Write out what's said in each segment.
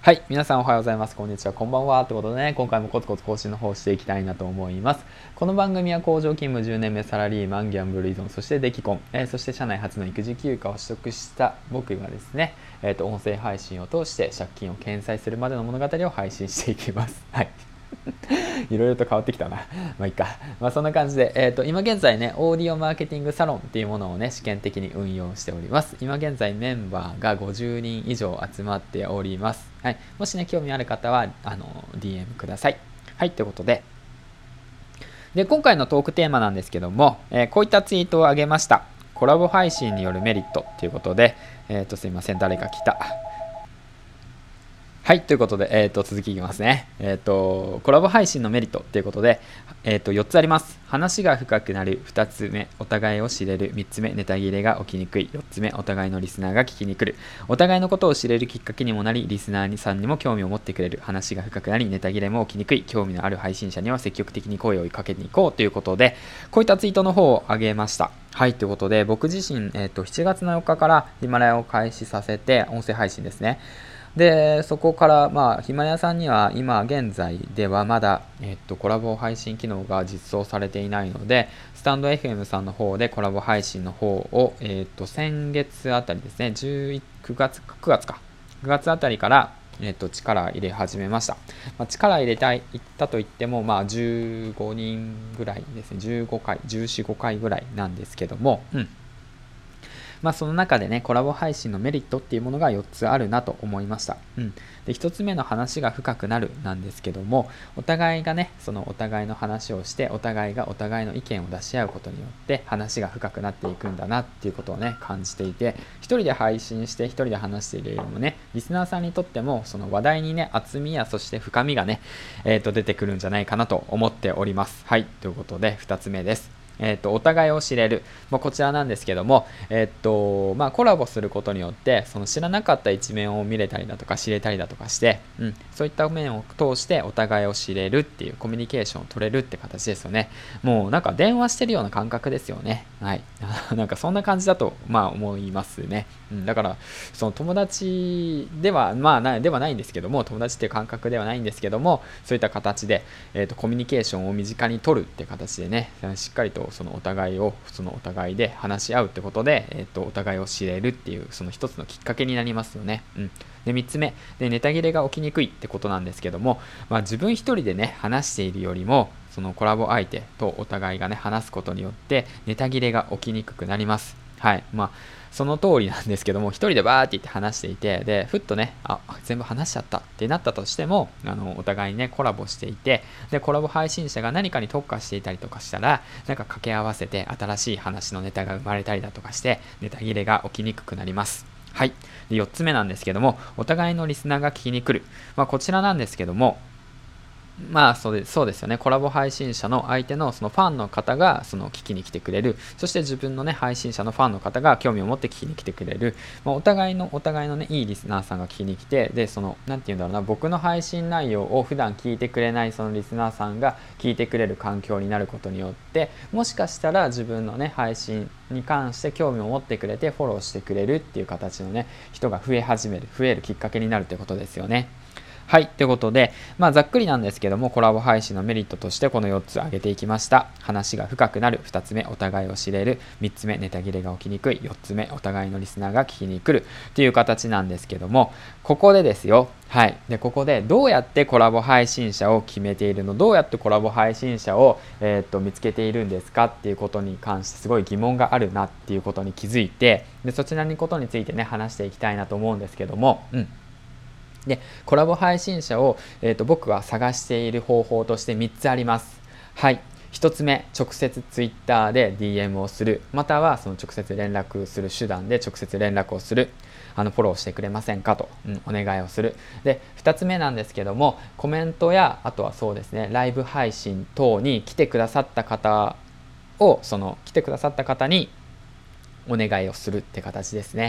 はい。皆さんおはようございます。こんにちは。こんばんは。ということでね、今回もコツコツ更新の方していきたいなと思います。この番組は工場勤務10年目サラリーマン、ギャンブル依存、そしてデキコン、そして社内初の育児休暇を取得した僕がですね、音声配信を通して借金を返済するまでの物語を配信していきます。はい。いろいろと変わってきたな。まあいいか。まあそんな感じで、今現在ね、オーディオマーケティングサロンっていうものをね、試験的に運用しております。今現在メンバーが50人以上集まっております。はい。もしね、興味ある方は、DM ください。はい、ということで。で、今回のトークテーマなんですけども、こういったツイートを上げました。コラボ配信によるメリットということで、すいません、誰か来た。はい、ということで、続きいきますね。コラボ配信のメリットということで、4つあります。話が深くなる。2つ目、お互いを知れる。3つ目、ネタ切れが起きにくい。4つ目、お互いのリスナーが聞きに来る。お互いのことを知れるきっかけにもなり、リスナーさんにも興味を持ってくれる。話が深くなり、ネタ切れも起きにくい。興味のある配信者には積極的に声をかけに行こうということで、こういったツイートの方を上げました。はい、ということで、僕自身、7月の4日からヒマラヤを開始させて、音声配信ですね。でそこからヒマラヤさんには今現在ではまだ、コラボ配信機能が実装されていないので、スタンド FM さんの方でコラボ配信の方を、先月あたりですね、9月か9月あたりから、力入れ始めました。力入れたいいったといっても、15人ぐらいですね、15回14、5回ぐらいなんですけども、その中でね、コラボ配信のメリットっていうものが4つあるなと思いました。で、1つ目の話が深くなるなんですけども、お互いがね、そのお互いの話をして、お互いがお互いの意見を出し合うことによって話が深くなっていくんだなっていうことをね、感じていて、一人で配信して一人で話しているよりもね、リスナーさんにとってもその話題にね、厚みやそして深みがね、出てくるんじゃないかなと思っております。はい、ということで2つ目です。お互いを知れる、こちらなんですけども、コラボすることによってその知らなかった一面を見れたりだとか知れたりだとかして、そういった面を通してお互いを知れるっていうコミュニケーションを取れるって形ですよね。もうなんか電話してるような感覚ですよね。はい。なんかそんな感じだと思いますね。だからその友達ではではないんですけども、友達っていう感覚ではないんですけども、そういった形で、コミュニケーションを身近に取るって形でね、しっかりとそのお互いで話し合うってことで、お互いを知れるっていうその一つのきっかけになりますよね。で3つ目で、ネタ切れが起きにくいってことなんですけども、自分一人でね話しているよりも、そのコラボ相手とお互いがね話すことによってネタ切れが起きにくくなります。はい。その通りなんですけども、一人でバーって言って話していて、でふっとね、全部話しちゃったってなったとしても、お互いにねコラボしていて、でコラボ配信者が何かに特化していたりとかしたら、なんか掛け合わせて新しい話のネタが生まれたりだとかして、ネタ切れが起きにくくなります。はい。で4つ目なんですけども、お互いのリスナーが聞きに来る、こちらなんですけども、そうですよね。コラボ配信者の相手のそのファンの方がその聞きに来てくれる。そして自分のね、配信者のファンの方が興味を持って聞きに来てくれる。お互いのね、いいリスナーさんが聞きに来て、で、なんて言うんだろうな、僕の配信内容を普段聞いてくれないそのリスナーさんが聞いてくれる環境になることによって、もしかしたら自分のね、配信に関して興味を持ってくれてフォローしてくれるっていう形のね、人が増えるきっかけになるということですよね。はい。ということで、ざっくりなんですけども、コラボ配信のメリットとしてこの4つ挙げていきました。話が深くなる。2つ目、お互いを知れる。3つ目、ネタ切れが起きにくい。4つ目、お互いのリスナーが聞きに来る。っていう形なんですけども、ここでですよ。はい。で、ここでどうやってコラボ配信者を決めているの？どうやってコラボ配信者を、見つけているんですかっていうことに関してすごい疑問があるなっていうことに気づいて、で、そちらのことについてね、話していきたいなと思うんですけども、でコラボ配信者を、僕が探している方法として3つあります。はい。1つ目、直接ツイッターで DM をする、またはその直接連絡する手段で直接連絡をする、フォローしてくれませんかと、お願いをする。で2つ目なんですけども、コメントやあとはそうですね、ライブ配信等に来てくださった方にお願いをするって形ですね。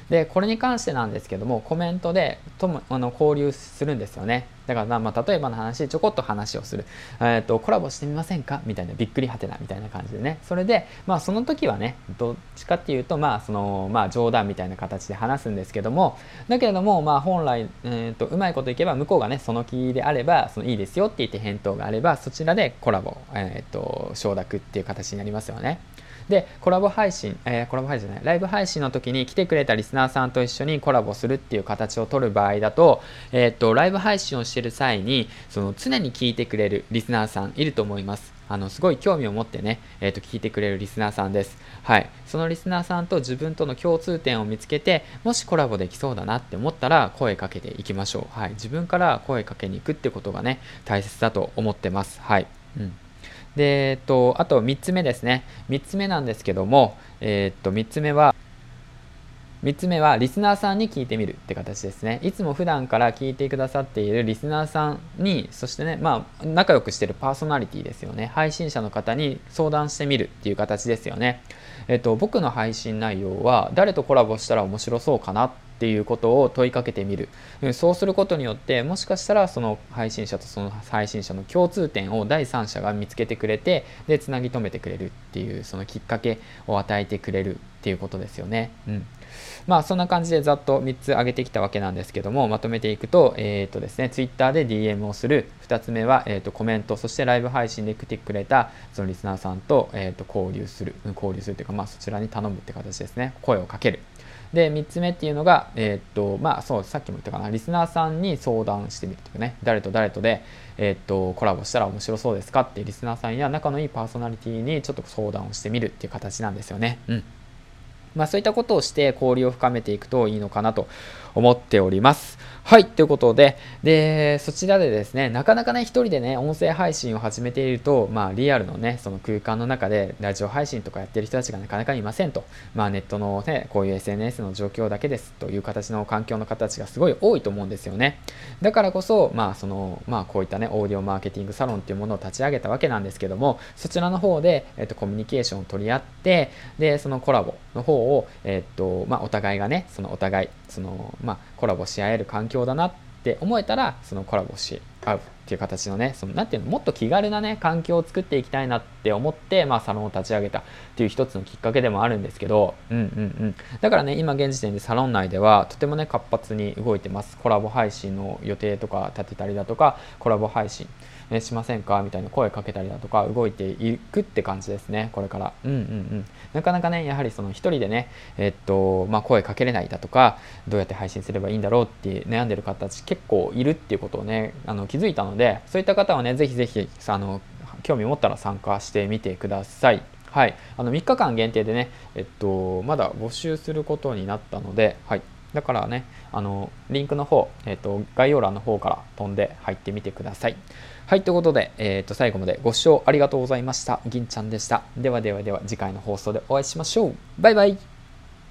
でこれに関してなんですけども、コメントで交流するんですよね。だから例えばの話、ちょこっと話をする、コラボしてみませんかみたいな、びっくりはてなみたいな感じでね、それでその時はね、どっちかっていうと冗談みたいな形で話すんですけども、だけれども本来、うまいこといけば向こうがねその気であれば、いいですよって言って返答があれば、そちらでコラボ、承諾っていう形になりますよね。でコラボ配信じゃないライブ配信の時に来てくれたリスナーさんと一緒にコラボするっていう形を取る場合だと、ライブ配信をしている際に常に聞いてくれるリスナーさんいると思います。すごい興味を持ってね、聞いてくれるリスナーさんです。はい、そのリスナーさんと自分との共通点を見つけて、もしコラボできそうだなって思ったら声かけていきましょう。はい、自分から声かけに行くってことがね大切だと思ってます。はい、であと3つ目ですね。3つ目なんですけども、3つ目はリスナーさんに聞いてみるって形ですね。いつも普段から聞いてくださっているリスナーさんに、そしてね、仲良くしているパーソナリティですよね。配信者の方に相談してみるっていう形ですよね。僕の配信内容は誰とコラボしたら面白そうかなっていうことを問いかけてみる。そうすることによって、もしかしたらその配信者とその配信者の共通点を第三者が見つけてくれて、でつなぎ止めてくれるっていう、そのきっかけを与えてくれるっていうことですよね。そんな感じでざっと3つ挙げてきたわけなんですけども、まとめていくと、ですね、Twitter で DM をする。2つ目は、コメント、そしてライブ配信で来てくれたそのリスナーさんと、交流するというか、そちらに頼むって形ですね。声をかける。で3つ目っていうのが、さっきも言ったかな、リスナーさんに相談してみるというね、誰と誰とで、コラボしたら面白そうですかってリスナーさんや仲のいいパーソナリティにちょっと相談をしてみるっていう形なんですよね。そういったことをして交流を深めていくといいのかなと思っております。はい、ということで、そちらでですね、なかなかね、一人でね、音声配信を始めていると、リアルのね、その空間の中で、ラジオ配信とかやってる人たちがなかなかいませんと。ネットのね、こういう SNS の状況だけですという形の環境の形がすごい多いと思うんですよね。だからこそ、こういったね、オーディオマーケティングサロンっていうものを立ち上げたわけなんですけども、そちらの方で、コミュニケーションを取り合って、で、そのコラボの方を、お互いがね、コラボし合える環境だなって思えたら、そのコラボし合うっていう形のね、もっと気軽なね環境を作っていきたいなって思って、サロンを立ち上げたっていう一つのきっかけでもあるんですけど、だからね、今現時点でサロン内ではとてもね活発に動いてます。コラボ配信の予定とか立てたりだとか、コラボ配信しませんかみたいな声かけたりだとか動いていくって感じですね、これから。なかなかね、やはりその一人でね、声かけれないだとか、どうやって配信すればいいんだろうって悩んでる方たち結構いるっていうことをね、気づいたので、そういった方はね、ぜひぜひ興味を持ったら参加してみてください。はい、3日間限定でね、まだ募集することになったので、はい、だからね、リンクの方、概要欄の方から飛んで入ってみてください。はい、ということで、最後までご視聴ありがとうございました。銀ちゃんでした。では次回の放送でお会いしましょう。バイバイ。